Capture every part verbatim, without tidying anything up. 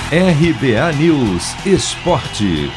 R B A News Esporte.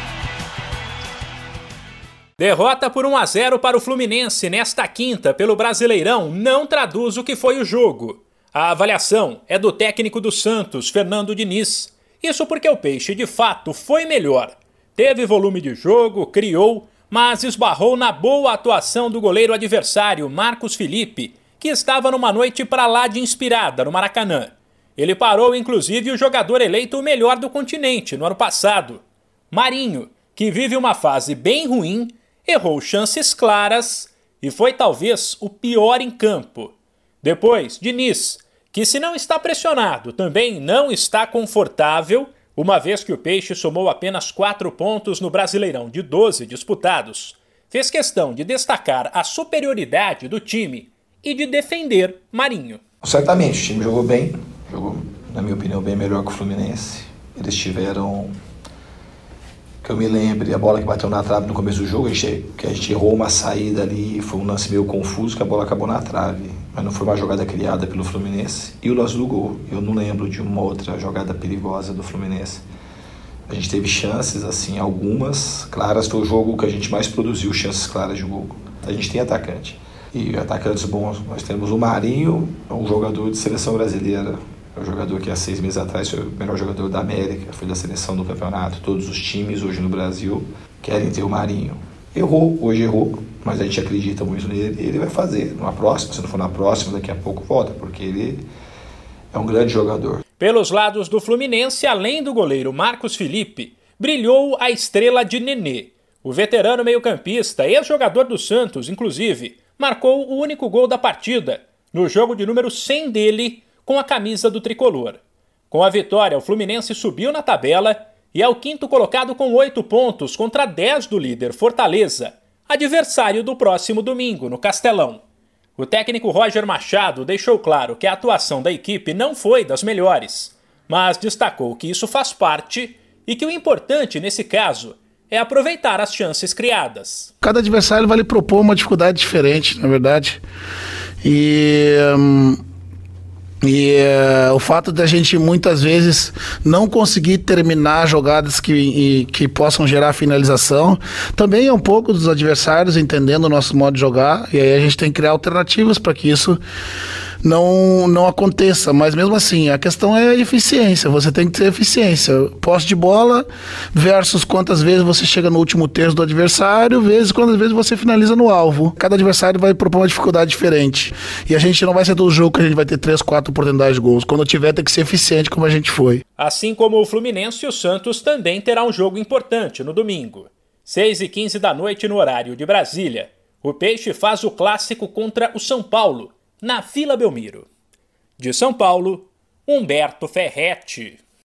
Derrota por um a zero para o Fluminense nesta quinta pelo Brasileirão não traduz o que foi o jogo. A avaliação é do técnico do Santos, Fernando Diniz. Isso porque o Peixe, de fato, foi melhor. Teve volume de jogo, criou, mas esbarrou na boa atuação do goleiro adversário, Marcos Felipe, que estava numa noite pra lá de inspirada no Maracanã. Ele parou, inclusive, o jogador eleito o melhor do continente no ano passado. Marinho, que vive uma fase bem ruim, errou chances claras e foi talvez o pior em campo. Depois, Diniz, que se não está pressionado, também não está confortável, uma vez que o Peixe somou apenas quatro pontos no Brasileirão de doze disputados, fez questão de destacar a superioridade do time e de defender Marinho. Certamente, o time jogou bem, jogou, na minha opinião, bem melhor que o Fluminense. Eles tiveram, que eu me lembre, a bola que bateu na trave no começo do jogo, a gente, que a gente errou uma saída ali, foi um lance meio confuso, que a bola acabou na trave, mas não foi uma jogada criada pelo Fluminense. E o lance do gol, eu não lembro de uma outra jogada perigosa do Fluminense. A gente teve chances, assim, algumas claras, foi o jogo que a gente mais produziu chances claras de gol. A gente tem atacante. E atacantes bons, nós temos o Marinho, um jogador de seleção brasileira, é um jogador que há seis meses atrás foi o melhor jogador da América, foi da seleção do campeonato. Todos os times hoje no Brasil querem ter o Marinho. Errou, hoje errou, mas a gente acredita muito nele e ele vai fazer. Numa próxima, se não for na próxima, daqui a pouco volta, porque ele é um grande jogador. Pelos lados do Fluminense, além do goleiro Marcos Felipe, brilhou a estrela de Nenê. O veterano meio-campista, ex-jogador do Santos, inclusive, marcou o único gol da partida, no jogo de número cem dele, com a camisa do tricolor. Com a vitória, o Fluminense subiu na tabela e é o quinto colocado com oito pontos contra dez do líder Fortaleza, adversário do próximo domingo, no Castelão. O técnico Roger Machado deixou claro que a atuação da equipe não foi das melhores, mas destacou que isso faz parte e que o importante nesse caso é aproveitar as chances criadas. Cada adversário vai lhe propor uma dificuldade diferente, na verdade. E, hum, e uh, o fato de a gente muitas vezes não conseguir terminar jogadas que, e, que possam gerar finalização, também é um pouco dos adversários entendendo o nosso modo de jogar, e aí a gente tem que criar alternativas para que isso não, não aconteça, mas mesmo assim, a questão é a eficiência, você tem que ter eficiência, posse de bola versus quantas vezes você chega no último terço do adversário, vezes quantas vezes você finaliza no alvo. Cada adversário vai propor uma dificuldade diferente, e a gente não vai ser todo jogo que a gente vai ter três, quatro oportunidades de gols, quando tiver tem que ser eficiente como a gente foi. Assim como o Fluminense, o Santos também terá um jogo importante no domingo. seis e quinze da noite no horário de Brasília, o Peixe faz o clássico contra o São Paulo, na Vila Belmiro. De São Paulo, Humberto Ferretti.